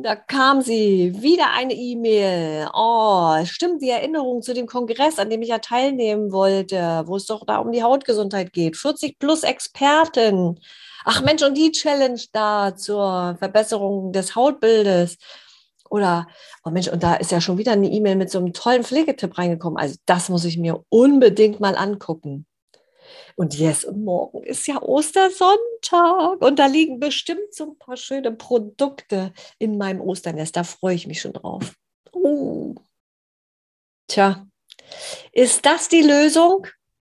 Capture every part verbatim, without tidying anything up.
Da kam sie, wieder eine E-Mail. Oh, stimmt, die Erinnerung zu dem Kongress, an dem ich ja teilnehmen wollte, wo es doch da um die Hautgesundheit geht. vierzig plus Experten. Ach Mensch, und die Challenge da zur Verbesserung des Hautbildes. Oder, oh Mensch, und da ist ja schon wieder eine E-Mail mit so einem tollen Pflegetipp reingekommen. Also das muss ich mir unbedingt mal angucken. Und yes, und morgen ist ja Ostersonntag und da liegen bestimmt so ein paar schöne Produkte in meinem Osternest. Da freue ich mich schon drauf. Uh. Tja, ist das die Lösung?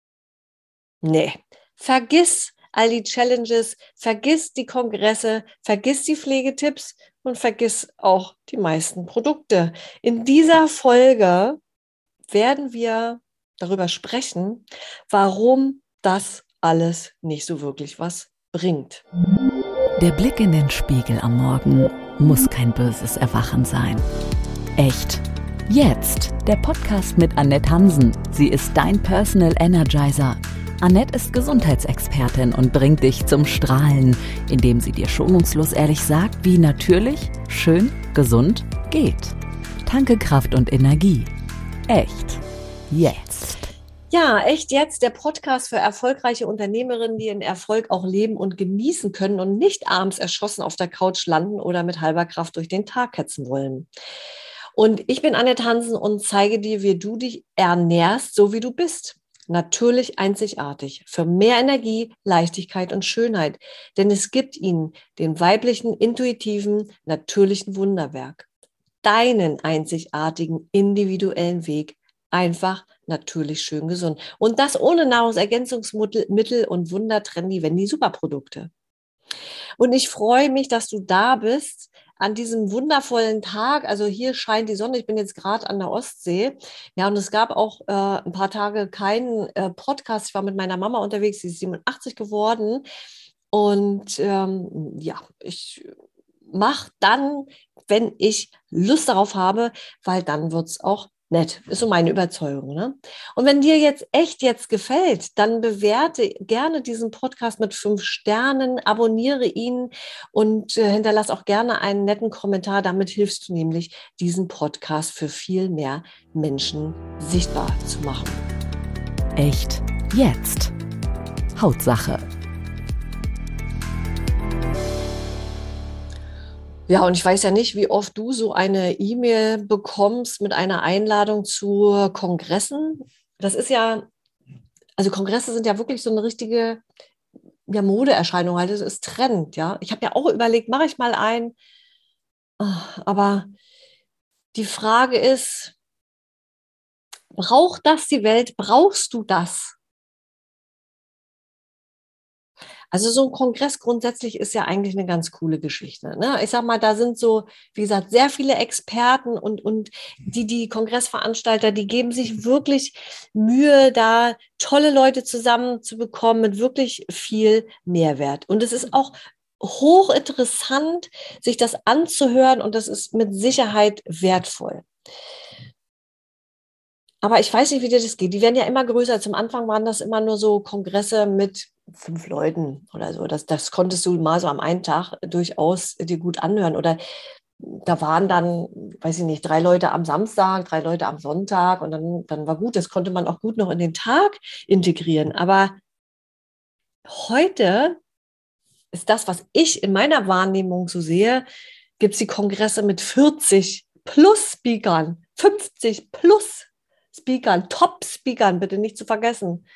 Nee, vergiss all die Challenges, vergiss die Kongresse, vergiss die Pflegetipps und vergiss auch die meisten Produkte. In dieser Folge werden wir darüber sprechen, warum das alles nicht so wirklich was bringt. Der Blick in den Spiegel am Morgen muss kein böses Erwachen sein. Echt. Jetzt der Podcast mit Annette Hansen. Sie ist dein Personal Energizer. Annette ist Gesundheitsexpertin und bringt dich zum Strahlen, indem sie dir schonungslos ehrlich sagt, wie natürlich, schön, gesund geht. Tanke Kraft und Energie. Echt. Jetzt. Ja, echt jetzt der Podcast für erfolgreiche Unternehmerinnen, die in Erfolg auch leben und genießen können und nicht abends erschossen auf der Couch landen oder mit halber Kraft durch den Tag hetzen wollen. Und ich bin Annette Hansen und zeige dir, wie du dich ernährst, so wie du bist. Natürlich einzigartig, für mehr Energie, Leichtigkeit und Schönheit. Denn es gibt ihnen den weiblichen, intuitiven, natürlichen Wunderwerk. Deinen einzigartigen, individuellen Weg. Einfach natürlich schön gesund. Und das ohne Nahrungsergänzungsmittel und wundertrendy Wendy-Superprodukte. Und ich freue mich, dass du da bist an diesem wundervollen Tag. Also hier scheint die Sonne. Ich bin jetzt gerade an der Ostsee. Ja, und es gab auch äh, ein paar Tage keinen äh, Podcast. Ich war mit meiner Mama unterwegs. Sie ist siebenundachtzig geworden. Und ähm, ja, ich mache dann, wenn ich Lust darauf habe, weil dann wird es auch nett, ist so meine Überzeugung. Ne? Und wenn dir jetzt echt jetzt gefällt, dann bewerte gerne diesen Podcast mit fünf Sternen, abonniere ihn und äh, hinterlass auch gerne einen netten Kommentar. Damit hilfst du nämlich, diesen Podcast für viel mehr Menschen sichtbar zu machen. Echt jetzt. Hautsache. Ja, und ich weiß ja nicht, wie oft du so eine E-Mail bekommst mit einer Einladung zu Kongressen. Das ist ja, also Kongresse sind ja wirklich so eine richtige ja, Modeerscheinung, halt, das ist Trend, ja. Ich habe ja auch überlegt, mache ich mal einen, aber die Frage ist, braucht das die Welt? Brauchst du das? Also so ein Kongress grundsätzlich ist ja eigentlich eine ganz coole Geschichte. Ne? Ich sag mal, da sind so, wie gesagt, sehr viele Experten und, und die, die Kongressveranstalter, die geben sich wirklich Mühe, da tolle Leute zusammenzubekommen mit wirklich viel Mehrwert. Und es ist auch hochinteressant, sich das anzuhören und das ist mit Sicherheit wertvoll. Aber ich weiß nicht, wie dir das geht. Die werden ja immer größer. Zum Anfang waren das immer nur so Kongresse mit fünf Leuten oder so. Das, das konntest du mal so am einen Tag durchaus dir gut anhören. Oder da waren dann, weiß ich nicht, drei Leute am Samstag, drei Leute am Sonntag und dann, dann war gut. Das konnte man auch gut noch in den Tag integrieren. Aber heute ist das, was ich in meiner Wahrnehmung so sehe, gibt es die Kongresse mit vierzig plus Speakern, fünfzig plus Speakern, Top-Speakern, bitte nicht zu vergessen.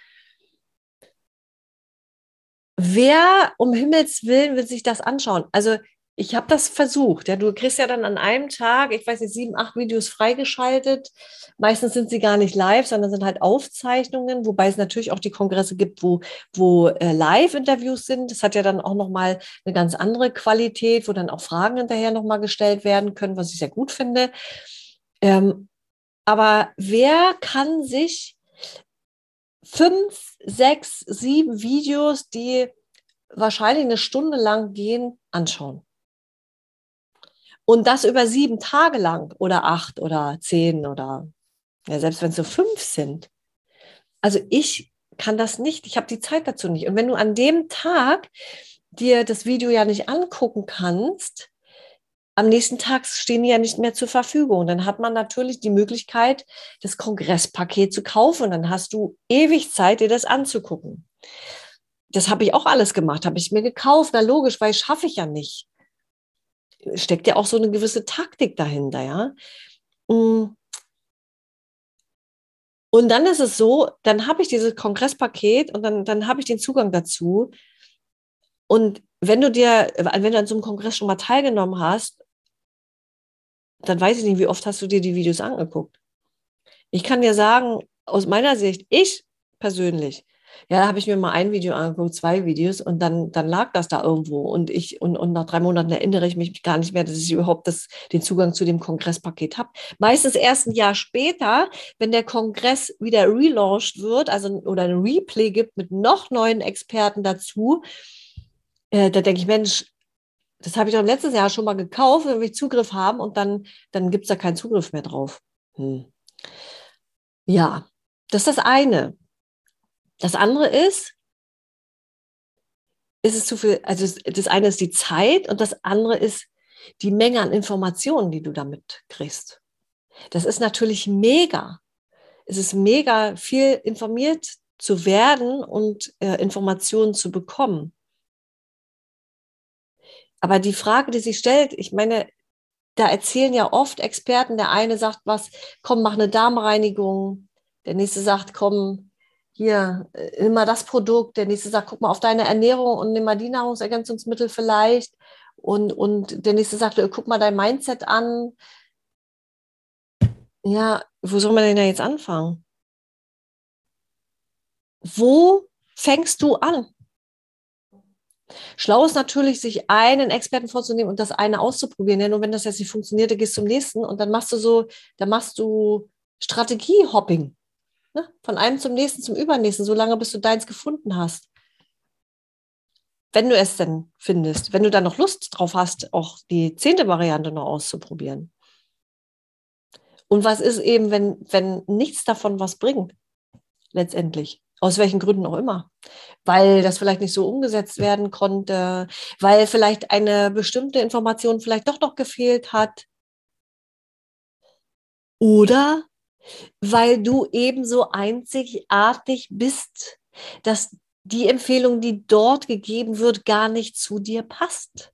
Wer um Himmels Willen will sich das anschauen? Also ich habe das versucht. Ja, du kriegst ja dann an einem Tag, ich weiß nicht, sieben, acht Videos freigeschaltet. Meistens sind sie gar nicht live, sondern sind halt Aufzeichnungen, wobei es natürlich auch die Kongresse gibt, wo, wo äh, Live-Interviews sind. Das hat ja dann auch nochmal eine ganz andere Qualität, wo dann auch Fragen hinterher nochmal gestellt werden können, was ich sehr gut finde. Ähm, Aber wer kann sich fünf, sechs, sieben Videos, die wahrscheinlich eine Stunde lang gehen, anschauen? Und das über sieben Tage lang oder acht oder zehn oder ja, selbst wenn es so fünf sind. Also ich kann das nicht, ich habe die Zeit dazu nicht. Und wenn du an dem Tag dir das Video ja nicht angucken kannst, am nächsten Tag stehen die ja nicht mehr zur Verfügung. Dann hat man natürlich die Möglichkeit, das Kongresspaket zu kaufen. Und dann hast du ewig Zeit, dir das anzugucken. Das habe ich auch alles gemacht, habe ich mir gekauft. Na logisch, weil schaffe ich ja nicht. Steckt ja auch so eine gewisse Taktik dahinter, ja. Und dann ist es so, dann habe ich dieses Kongresspaket und dann, dann habe ich den Zugang dazu. Und wenn du dir, wenn du an so einem Kongress schon mal teilgenommen hast, dann weiß ich nicht, wie oft hast du dir die Videos angeguckt. Ich kann dir sagen, aus meiner Sicht, ich persönlich, ja, habe ich mir mal ein Video angeguckt, zwei Videos und dann, dann lag das da irgendwo und ich und, und nach drei Monaten erinnere ich mich gar nicht mehr, dass ich überhaupt das, den Zugang zu dem Kongresspaket habe. Meistens erst ein Jahr später, wenn der Kongress wieder relaunched wird, also oder ein Replay gibt mit noch neuen Experten dazu, äh, da denke ich, Mensch, das habe ich doch letztes Jahr schon mal gekauft, wenn wir Zugriff haben und dann, dann gibt es da keinen Zugriff mehr drauf. Hm. Ja, das ist das eine. Das andere ist, ist es zu viel, also das eine ist die Zeit und das andere ist die Menge an Informationen, die du damit kriegst. Das ist natürlich mega. Es ist mega, viel informiert zu werden und äh, Informationen zu bekommen. Aber die Frage, die sich stellt, ich meine, da erzählen ja oft Experten, der eine sagt was, komm, mach eine Darmreinigung, der nächste sagt, komm, hier, nimm mal das Produkt, der nächste sagt, guck mal auf deine Ernährung und nimm mal die Nahrungsergänzungsmittel vielleicht und, und der nächste sagt, guck mal dein Mindset an. Ja, wo soll man denn da jetzt anfangen? Wo fängst du an? Schlau ist natürlich, sich einen Experten vorzunehmen und das eine auszuprobieren. Ja, nur wenn das jetzt nicht funktioniert, dann gehst du zum nächsten und dann machst du so, dann machst du Strategie-Hopping. Ne? Von einem zum nächsten, zum übernächsten, so lange, bis du deins gefunden hast. Wenn du es denn findest, wenn du dann noch Lust drauf hast, auch die zehnte Variante noch auszuprobieren. Und was ist eben, wenn, wenn nichts davon was bringt, letztendlich? Aus welchen Gründen auch immer. Weil das vielleicht nicht so umgesetzt werden konnte, weil vielleicht eine bestimmte Information vielleicht doch noch gefehlt hat. Oder weil du eben so einzigartig bist, dass die Empfehlung, die dort gegeben wird, gar nicht zu dir passt.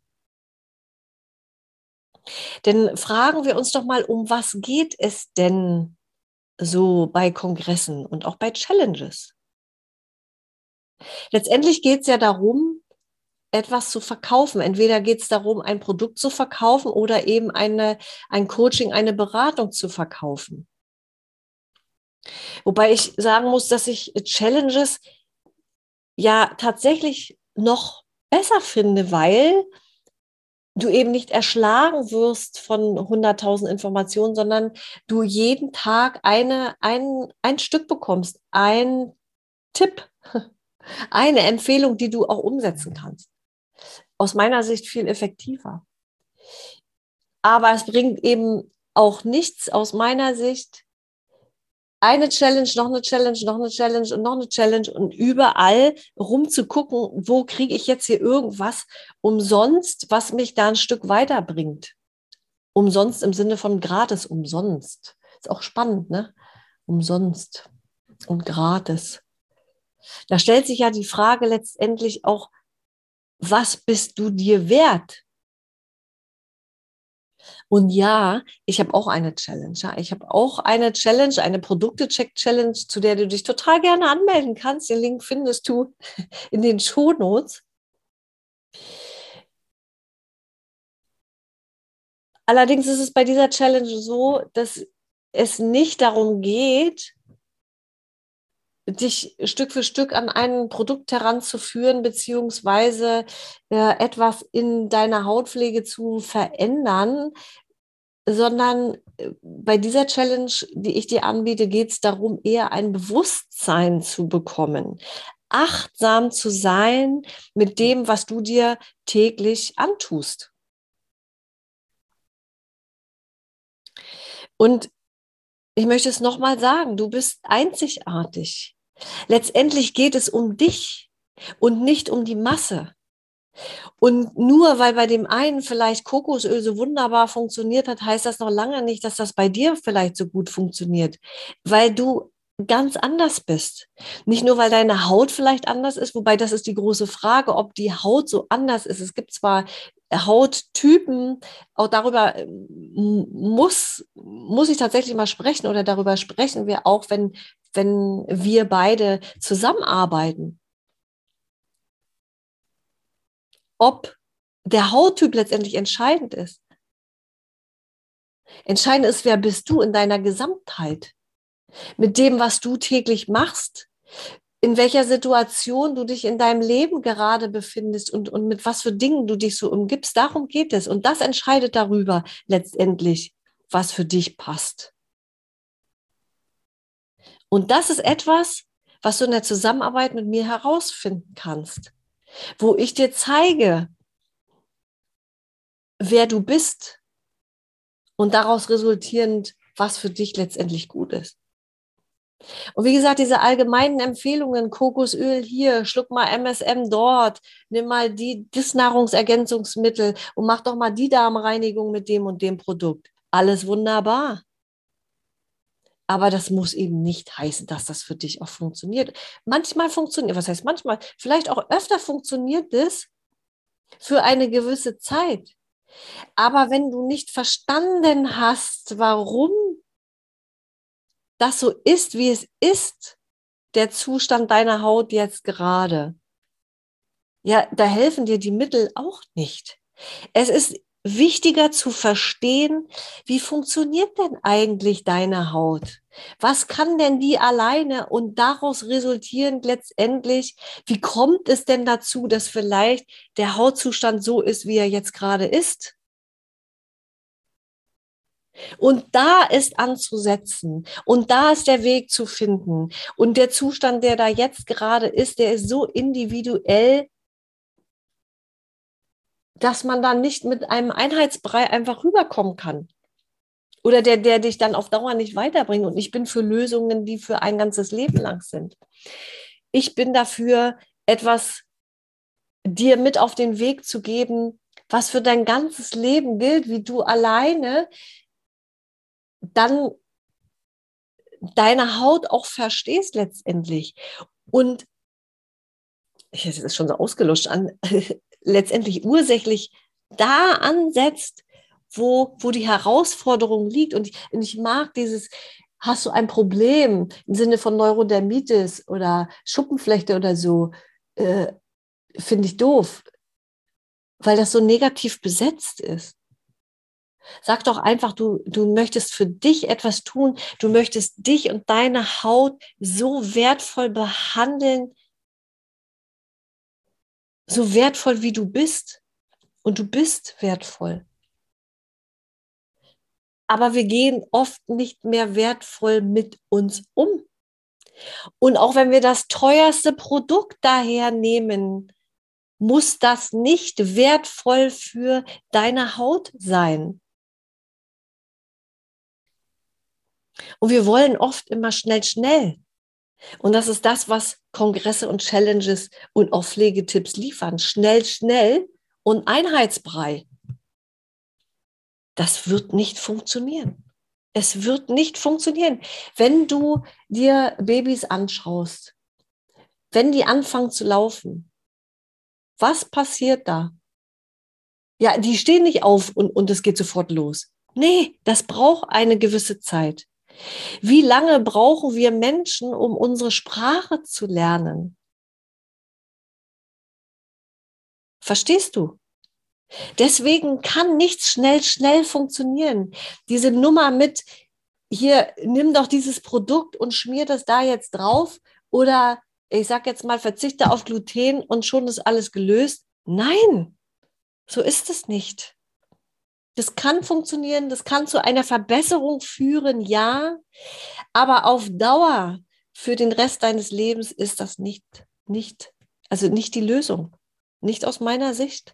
Denn fragen wir uns doch mal, um was geht es denn so bei Kongressen und auch bei Challenges? Letztendlich geht es ja darum, etwas zu verkaufen. Entweder geht es darum, ein Produkt zu verkaufen oder eben eine, ein Coaching, eine Beratung zu verkaufen. Wobei ich sagen muss, dass ich Challenges ja tatsächlich noch besser finde, weil du eben nicht erschlagen wirst von hunderttausend Informationen, sondern du jeden Tag eine, ein, ein Stück bekommst, ein Tipp, eine Empfehlung, die du auch umsetzen kannst. Aus meiner Sicht viel effektiver. Aber es bringt eben auch nichts aus meiner Sicht, eine Challenge, noch eine Challenge, noch eine Challenge und noch eine Challenge und überall rumzugucken, wo kriege ich jetzt hier irgendwas umsonst, was mich da ein Stück weiterbringt. Umsonst im Sinne von gratis, umsonst. Ist auch spannend, ne? Umsonst und gratis. Da stellt sich ja die Frage letztendlich auch, was bist du dir wert? Und ja, ich habe auch eine Challenge. Ja. Ich habe auch eine Challenge, eine Produkte-Check-Challenge, zu der du dich total gerne anmelden kannst. Den Link findest du in den Shownotes. Allerdings ist es bei dieser Challenge so, dass es nicht darum geht, dich Stück für Stück an ein Produkt heranzuführen, beziehungsweise äh, etwas in deiner Hautpflege zu verändern, sondern bei dieser Challenge, die ich dir anbiete, geht es darum, eher ein Bewusstsein zu bekommen, achtsam zu sein mit dem, was du dir täglich antust. Und ich möchte es nochmal sagen, du bist einzigartig. Letztendlich geht es um dich und nicht um die Masse. Und nur weil bei dem einen vielleicht Kokosöl so wunderbar funktioniert hat, heißt das noch lange nicht, dass das bei dir vielleicht so gut funktioniert, weil du ganz anders bist. Nicht nur, weil deine Haut vielleicht anders ist, wobei das ist die große Frage, ob die Haut so anders ist. Es gibt zwar Hauttypen, auch darüber muss, muss ich tatsächlich mal sprechen oder darüber sprechen wir auch, wenn, wenn wir beide zusammenarbeiten. Ob der Hauttyp letztendlich entscheidend ist. Entscheidend ist, wer bist du in deiner Gesamtheit? Mit dem, was du täglich machst, in welcher Situation du dich in deinem Leben gerade befindest und, und mit was für Dingen du dich so umgibst. Darum geht es. Und das entscheidet darüber letztendlich, was für dich passt. Und das ist etwas, was du in der Zusammenarbeit mit mir herausfinden kannst, wo ich dir zeige, wer du bist und daraus resultierend, was für dich letztendlich gut ist. Und wie gesagt, diese allgemeinen Empfehlungen, Kokosöl hier, schluck mal M S M dort, nimm mal die, das Nahrungsergänzungsmittel und mach doch mal die Darmreinigung mit dem und dem Produkt. Alles wunderbar. Aber das muss eben nicht heißen, dass das für dich auch funktioniert. Manchmal funktioniert, was heißt manchmal? Vielleicht auch öfter funktioniert es für eine gewisse Zeit. Aber wenn du nicht verstanden hast, warum das so ist, wie es ist, der Zustand deiner Haut jetzt gerade, ja, da helfen dir die Mittel auch nicht. Es ist wichtiger zu verstehen, wie funktioniert denn eigentlich deine Haut? Was kann denn die alleine und daraus resultierend letztendlich, wie kommt es denn dazu, dass vielleicht der Hautzustand so ist, wie er jetzt gerade ist? Und da ist anzusetzen und da ist der Weg zu finden. Und der Zustand, der da jetzt gerade ist, der ist so individuell, dass man da nicht mit einem Einheitsbrei einfach rüberkommen kann. Oder der, der dich dann auf Dauer nicht weiterbringt. Und ich bin für Lösungen, die für ein ganzes Leben lang sind. Ich bin dafür, etwas dir mit auf den Weg zu geben, was für dein ganzes Leben gilt, wie du alleine dann deine Haut auch verstehst letztendlich. Und ich es ist schon so ausgelutscht an, letztendlich ursächlich da ansetzt, wo, wo die Herausforderung liegt. Und ich, und ich mag dieses, hast du ein Problem im Sinne von Neurodermitis oder Schuppenflechte oder so, äh, finde ich doof, weil das so negativ besetzt ist. Sag doch einfach, du, du möchtest für dich etwas tun, du möchtest dich und deine Haut so wertvoll behandeln, so wertvoll wie du bist. Und du bist wertvoll. Aber wir gehen oft nicht mehr wertvoll mit uns um. Und auch wenn wir das teuerste Produkt daher nehmen, muss das nicht wertvoll für deine Haut sein. Und wir wollen oft immer schnell, schnell. Und das ist das, was Kongresse und Challenges und auch Pflegetipps liefern. Schnell, schnell und Einheitsbrei. Das wird nicht funktionieren. Es wird nicht funktionieren. Wenn du dir Babys anschaust, wenn die anfangen zu laufen, was passiert da? Ja, die stehen nicht auf und, und es geht sofort los. Nee, das braucht eine gewisse Zeit. Wie lange brauchen wir Menschen, um unsere Sprache zu lernen? Verstehst du? Deswegen kann nichts schnell, schnell funktionieren. Diese Nummer mit, hier, nimm doch dieses Produkt und schmier das da jetzt drauf oder ich sag jetzt mal, verzichte auf Gluten und schon ist alles gelöst. Nein, so ist es nicht. Das kann funktionieren, das kann zu einer Verbesserung führen, ja, aber auf Dauer für den Rest deines Lebens ist das nicht, nicht, also nicht die Lösung, nicht aus meiner Sicht.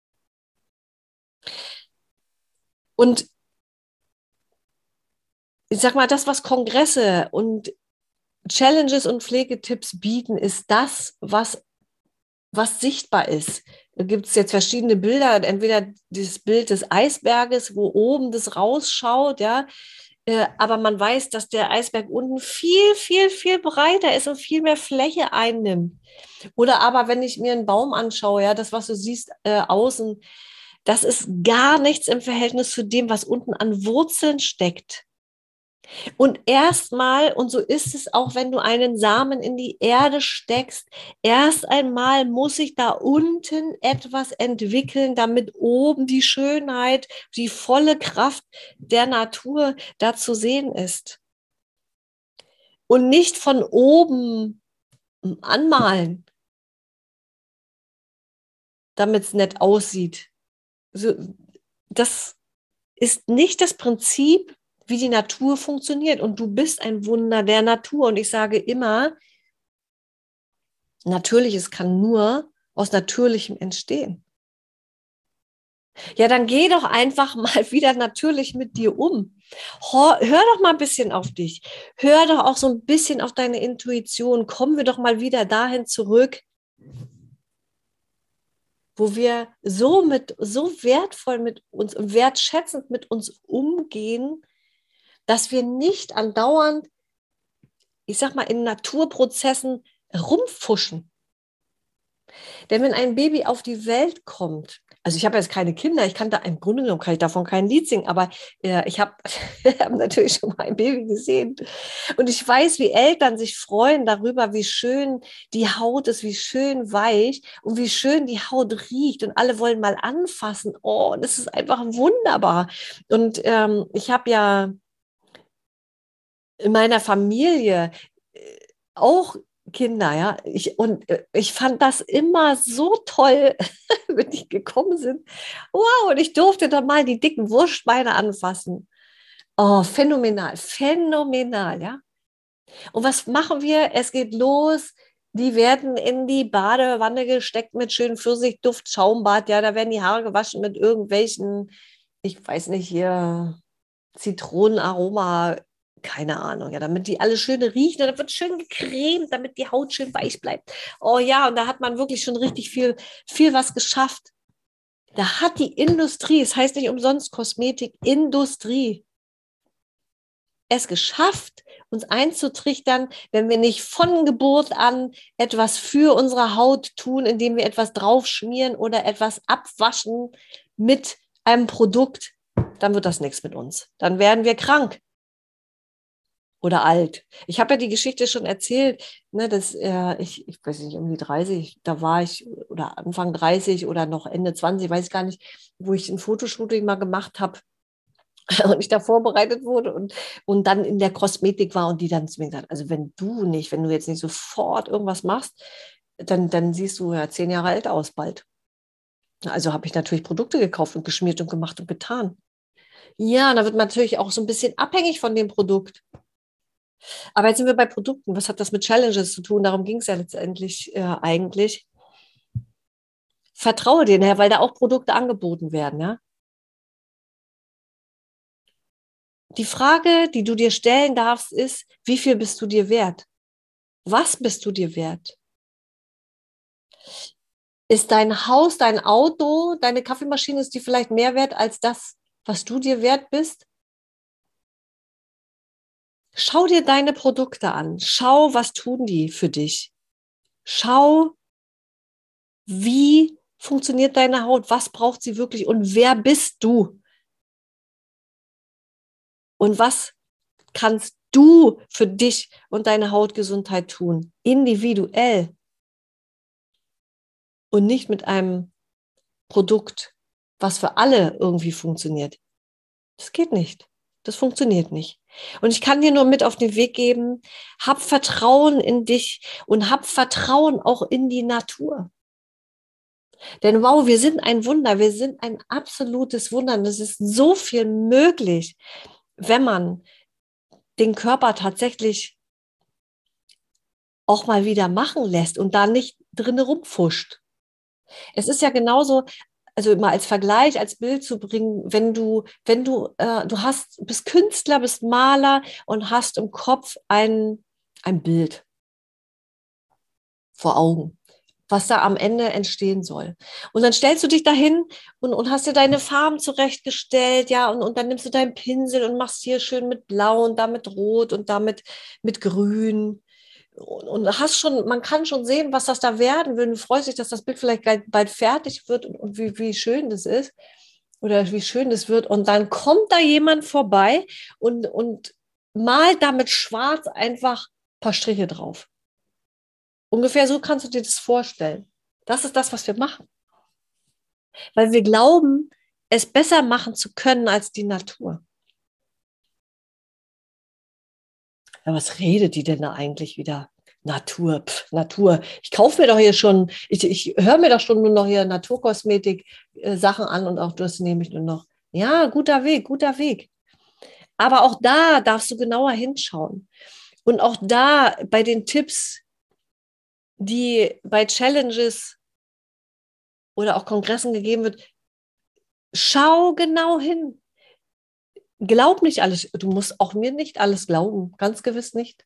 Und ich sag mal, das, was Kongresse und Challenges und Pflegetipps bieten, ist das, was was sichtbar ist. Da gibt es jetzt verschiedene Bilder, entweder das Bild des Eisberges, wo oben das rausschaut, ja, äh, aber man weiß, dass der Eisberg unten viel, viel, viel breiter ist und viel mehr Fläche einnimmt. Oder aber, wenn ich mir einen Baum anschaue, ja, das, was du siehst äh, außen, das ist gar nichts im Verhältnis zu dem, was unten an Wurzeln steckt. Und erstmal, und so ist es auch, wenn du einen Samen in die Erde steckst, erst einmal muss sich da unten etwas entwickeln, damit oben die Schönheit, die volle Kraft der Natur da zu sehen ist. Und nicht von oben anmalen, damit es nett aussieht. So, das ist nicht das Prinzip, wie die Natur funktioniert. Und du bist ein Wunder der Natur. Und ich sage immer, Natürliches kann nur aus Natürlichem entstehen. Ja, dann geh doch einfach mal wieder natürlich mit dir um. Hör, hör doch mal ein bisschen auf dich. Hör doch auch so ein bisschen auf deine Intuition. Kommen wir doch mal wieder dahin zurück, wo wir so mit, so wertvoll mit uns und wertschätzend mit uns umgehen, dass wir nicht andauernd, ich sag mal, in Naturprozessen rumfuschen. Denn wenn ein Baby auf die Welt kommt, also ich habe jetzt keine Kinder, ich kann da im Grunde genommen kann ich davon kein Lied singen, aber äh, ich habe hab natürlich schon mal ein Baby gesehen. Und ich weiß, wie Eltern sich freuen darüber, wie schön die Haut ist, wie schön weich und wie schön die Haut riecht. Und alle wollen mal anfassen. Oh, das ist einfach wunderbar. Und ähm, ich habe ja in meiner Familie äh, auch Kinder, ja. Ich, und äh, ich fand das immer so toll, wenn die gekommen sind. Wow, und ich durfte dann mal die dicken Wurstbeine anfassen. Oh, phänomenal, phänomenal, ja. Und was machen wir? Es geht los. Die werden in die Badewanne gesteckt mit schönem Pfirsichduft, Schaumbad, ja. Da werden die Haare gewaschen mit irgendwelchen, ich weiß nicht, hier Zitronenaroma, keine Ahnung, ja, damit die alle schön riechen und dann wird schön gecremt, damit die Haut schön weich bleibt. Oh ja, und da hat man wirklich schon richtig viel, viel was geschafft. Da hat die Industrie, es heißt nicht umsonst Kosmetikindustrie, es geschafft, uns einzutrichtern, wenn wir nicht von Geburt an etwas für unsere Haut tun, indem wir etwas draufschmieren oder etwas abwaschen mit einem Produkt, dann wird das nichts mit uns. Dann werden wir krank. Oder alt. Ich habe ja die Geschichte schon erzählt, ne, dass äh, ich, ich weiß nicht, um die dreißig, da war ich, oder Anfang dreißig oder noch Ende zwanzig, weiß ich gar nicht, wo ich ein Fotoshooting mal gemacht habe und ich da vorbereitet wurde und, und dann in der Kosmetik war und die dann zu mir gesagt, also wenn du nicht, wenn du jetzt nicht sofort irgendwas machst, dann, dann siehst du ja zehn Jahre alt aus bald. Also habe ich natürlich Produkte gekauft und geschmiert und gemacht und getan. Ja, da wird man natürlich auch so ein bisschen abhängig von dem Produkt. Aber jetzt sind wir bei Produkten. Was hat das mit Challenges zu tun? Darum ging es ja letztendlich äh, eigentlich. Vertraue denen, Herr, weil da auch Produkte angeboten werden. Ja? Die Frage, die du dir stellen darfst, ist, wie viel bist du dir wert? Was bist du dir wert? Ist dein Haus, dein Auto, deine Kaffeemaschine, ist die vielleicht mehr wert als das, was du dir wert bist? Schau dir deine Produkte an. Schau, was tun die für dich. Schau, wie funktioniert deine Haut? Was braucht sie wirklich? Und wer bist du? Und was kannst du für dich und deine Hautgesundheit tun? Individuell. Und nicht mit einem Produkt, was für alle irgendwie funktioniert. Das geht nicht. Das funktioniert nicht. Und ich kann dir nur mit auf den Weg geben, hab Vertrauen in dich und hab Vertrauen auch in die Natur. Denn wow, wir sind ein Wunder, wir sind ein absolutes Wunder. Und es ist so viel möglich, wenn man den Körper tatsächlich auch mal wieder machen lässt und da nicht drin rumfuscht. Es ist ja genauso, also mal als Vergleich, als Bild zu bringen, wenn du, wenn du, äh, du hast, bist Künstler, bist Maler und hast im Kopf ein, ein Bild vor Augen. was da am Ende entstehen soll. Und dann stellst du dich dahin und, und hast dir deine Farben zurechtgestellt, ja, und, und dann nimmst du deinen Pinsel und machst hier schön mit Blau und da mit Rot und damit mit Grün. Und, und hast schon, man kann schon sehen, was das da werden will. Du freust dich, dass das Bild vielleicht bald fertig wird und, und wie, wie schön das ist oder wie schön das wird. Und dann kommt da jemand vorbei und, und malt da mit Schwarz einfach ein paar Striche drauf. Ungefähr so kannst du dir das vorstellen. Das ist das, was wir machen. Weil wir glauben, es besser machen zu können als die Natur. Ja, was redet die denn da eigentlich wieder? Natur, pf, Natur. Ich kaufe mir doch hier schon, ich, ich höre mir doch schon nur noch hier Naturkosmetik-Sachen äh, an und auch das nehme ich nur noch. Ja, guter Weg, guter Weg. Aber auch da darfst du genauer hinschauen. Und auch da bei den Tipps, die bei Challenges oder auch Kongressen gegeben wird, schau genau hin. Glaub nicht alles. Du musst auch mir nicht alles glauben. Ganz gewiss nicht.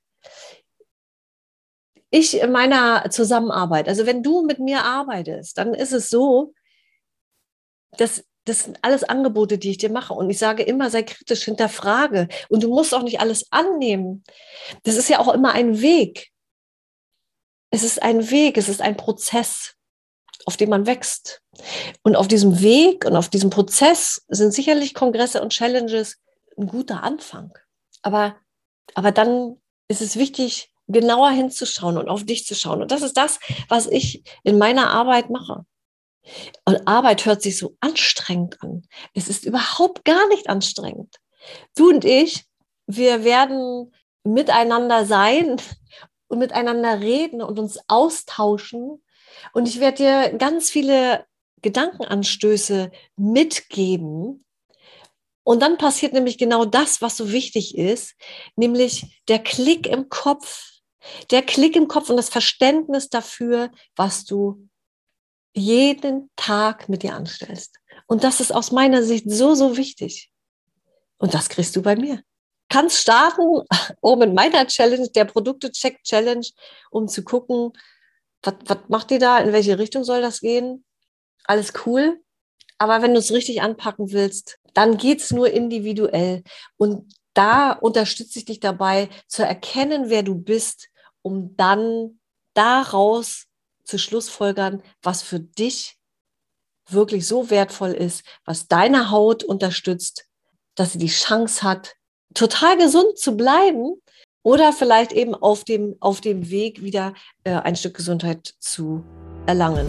Ich in meiner Zusammenarbeit, also wenn du mit mir arbeitest, dann ist es so, dass das sind alles Angebote, die ich dir mache. Und ich sage immer, sei kritisch, hinterfrage. Und du musst auch nicht alles annehmen. Das ist ja auch immer ein Weg. Es ist ein Weg, es ist ein Prozess, auf dem man wächst. Und auf diesem Weg und auf diesem Prozess sind sicherlich Kongresse und Challenges ein guter Anfang. Aber, aber dann ist es wichtig, genauer hinzuschauen und auf dich zu schauen. Und das ist das, was ich in meiner Arbeit mache. Und Arbeit hört sich so anstrengend an. Es ist überhaupt gar nicht anstrengend. Du und ich, wir werden miteinander sein und miteinander reden und uns austauschen. Und ich werde dir ganz viele Gedankenanstöße mitgeben. Und dann passiert nämlich genau das, was so wichtig ist, nämlich der Klick im Kopf. Der Klick im Kopf und das Verständnis dafür, was du jeden Tag mit dir anstellst. Und das ist aus meiner Sicht so, so wichtig. Und das kriegst du bei mir. Kannst starten, oben in meiner Challenge, der Produkte-Check-Challenge, um zu gucken, was, was macht ihr da, in welche Richtung soll das gehen? Alles cool. Aber wenn du es richtig anpacken willst, dann geht es nur individuell. Und da unterstütze ich dich dabei, zu erkennen, wer du bist, um dann daraus zu schlussfolgern, was für dich wirklich so wertvoll ist, was deine Haut unterstützt, dass sie die Chance hat, total gesund zu bleiben oder vielleicht eben auf dem, auf dem Weg wieder äh, ein Stück Gesundheit zu erlangen.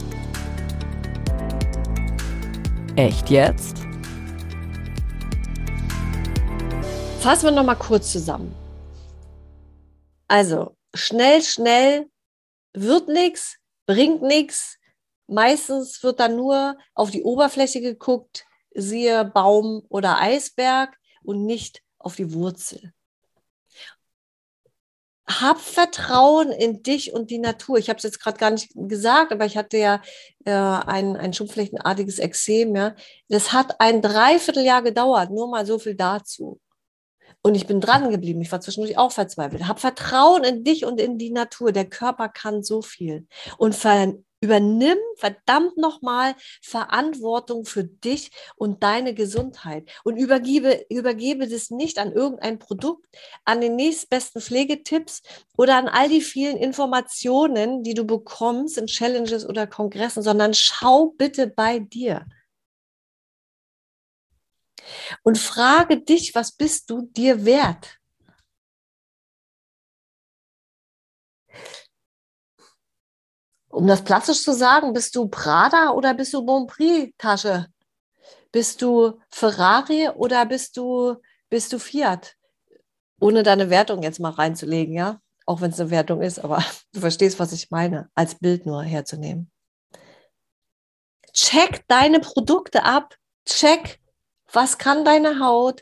Echt jetzt? Fassen wir noch mal kurz zusammen. Also, schnell, schnell wird nichts, bringt nichts. Meistens wird dann nur auf die Oberfläche geguckt, siehe Baum oder Eisberg und nicht auf die Wurzel. Hab Vertrauen in dich und die Natur. Ich habe es jetzt gerade gar nicht gesagt, aber ich hatte ja äh, ein, ein schupflechtenartiges Ekzem. Ja. Das hat ein Dreivierteljahr gedauert, nur mal so viel dazu. Und ich bin dran geblieben. Ich war zwischendurch auch verzweifelt. Hab Vertrauen in dich und in die Natur. Der Körper kann so viel. Und ver- übernimm verdammt nochmal Verantwortung für dich und deine Gesundheit. Und übergebe, übergebe das nicht an irgendein Produkt, an den nächstbesten Pflegetipps oder an all die vielen Informationen, die du bekommst in Challenges oder Kongressen, sondern schau bitte bei dir. Und frage dich, was bist du dir wert? Um das plastisch zu sagen, bist du Prada oder bist du Bonprix-Tasche? Bist du Ferrari oder bist du, bist du Fiat? Ohne deine Wertung jetzt mal reinzulegen, ja? Auch wenn es eine Wertung ist, aber du verstehst, was ich meine, als Bild nur herzunehmen. Check deine Produkte ab. Check, was kann deine Haut?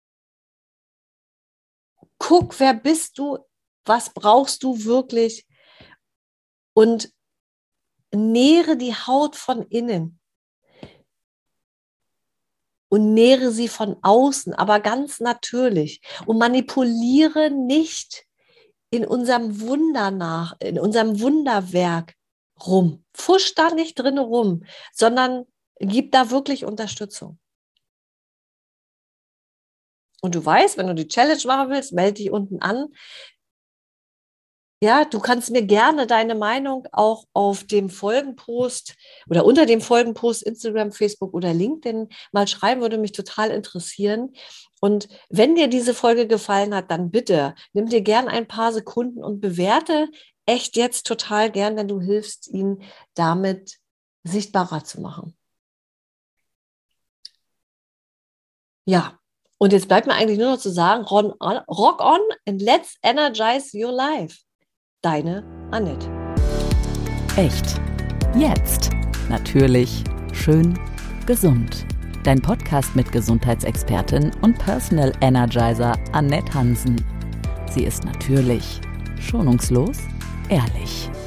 Guck, wer bist du? Was brauchst du wirklich? Und nähre die Haut von innen. Und nähre sie von außen, aber ganz natürlich. Und manipuliere nicht in unserem Wunder nach, in unserem Wunderwerk rum. Pfusch da nicht drin rum, sondern gib da wirklich Unterstützung. Und du weißt, wenn du die Challenge machen willst, melde dich unten an. Ja, du kannst mir gerne deine Meinung auch auf dem Folgenpost oder unter dem Folgenpost Instagram, Facebook oder LinkedIn mal schreiben, würde mich total interessieren. Und wenn dir diese Folge gefallen hat, dann bitte nimm dir gern ein paar Sekunden und bewerte echt jetzt total gern, denn du hilfst ihnen damit sichtbarer zu machen. Ja, und jetzt bleibt mir eigentlich nur noch zu sagen, rock on and let's energize your life. Deine Annette. Echt. Jetzt. Natürlich. Schön. Gesund. Dein Podcast mit Gesundheitsexpertin und Personal Energizer Annette Hansen. Sie ist natürlich, schonungslos, ehrlich.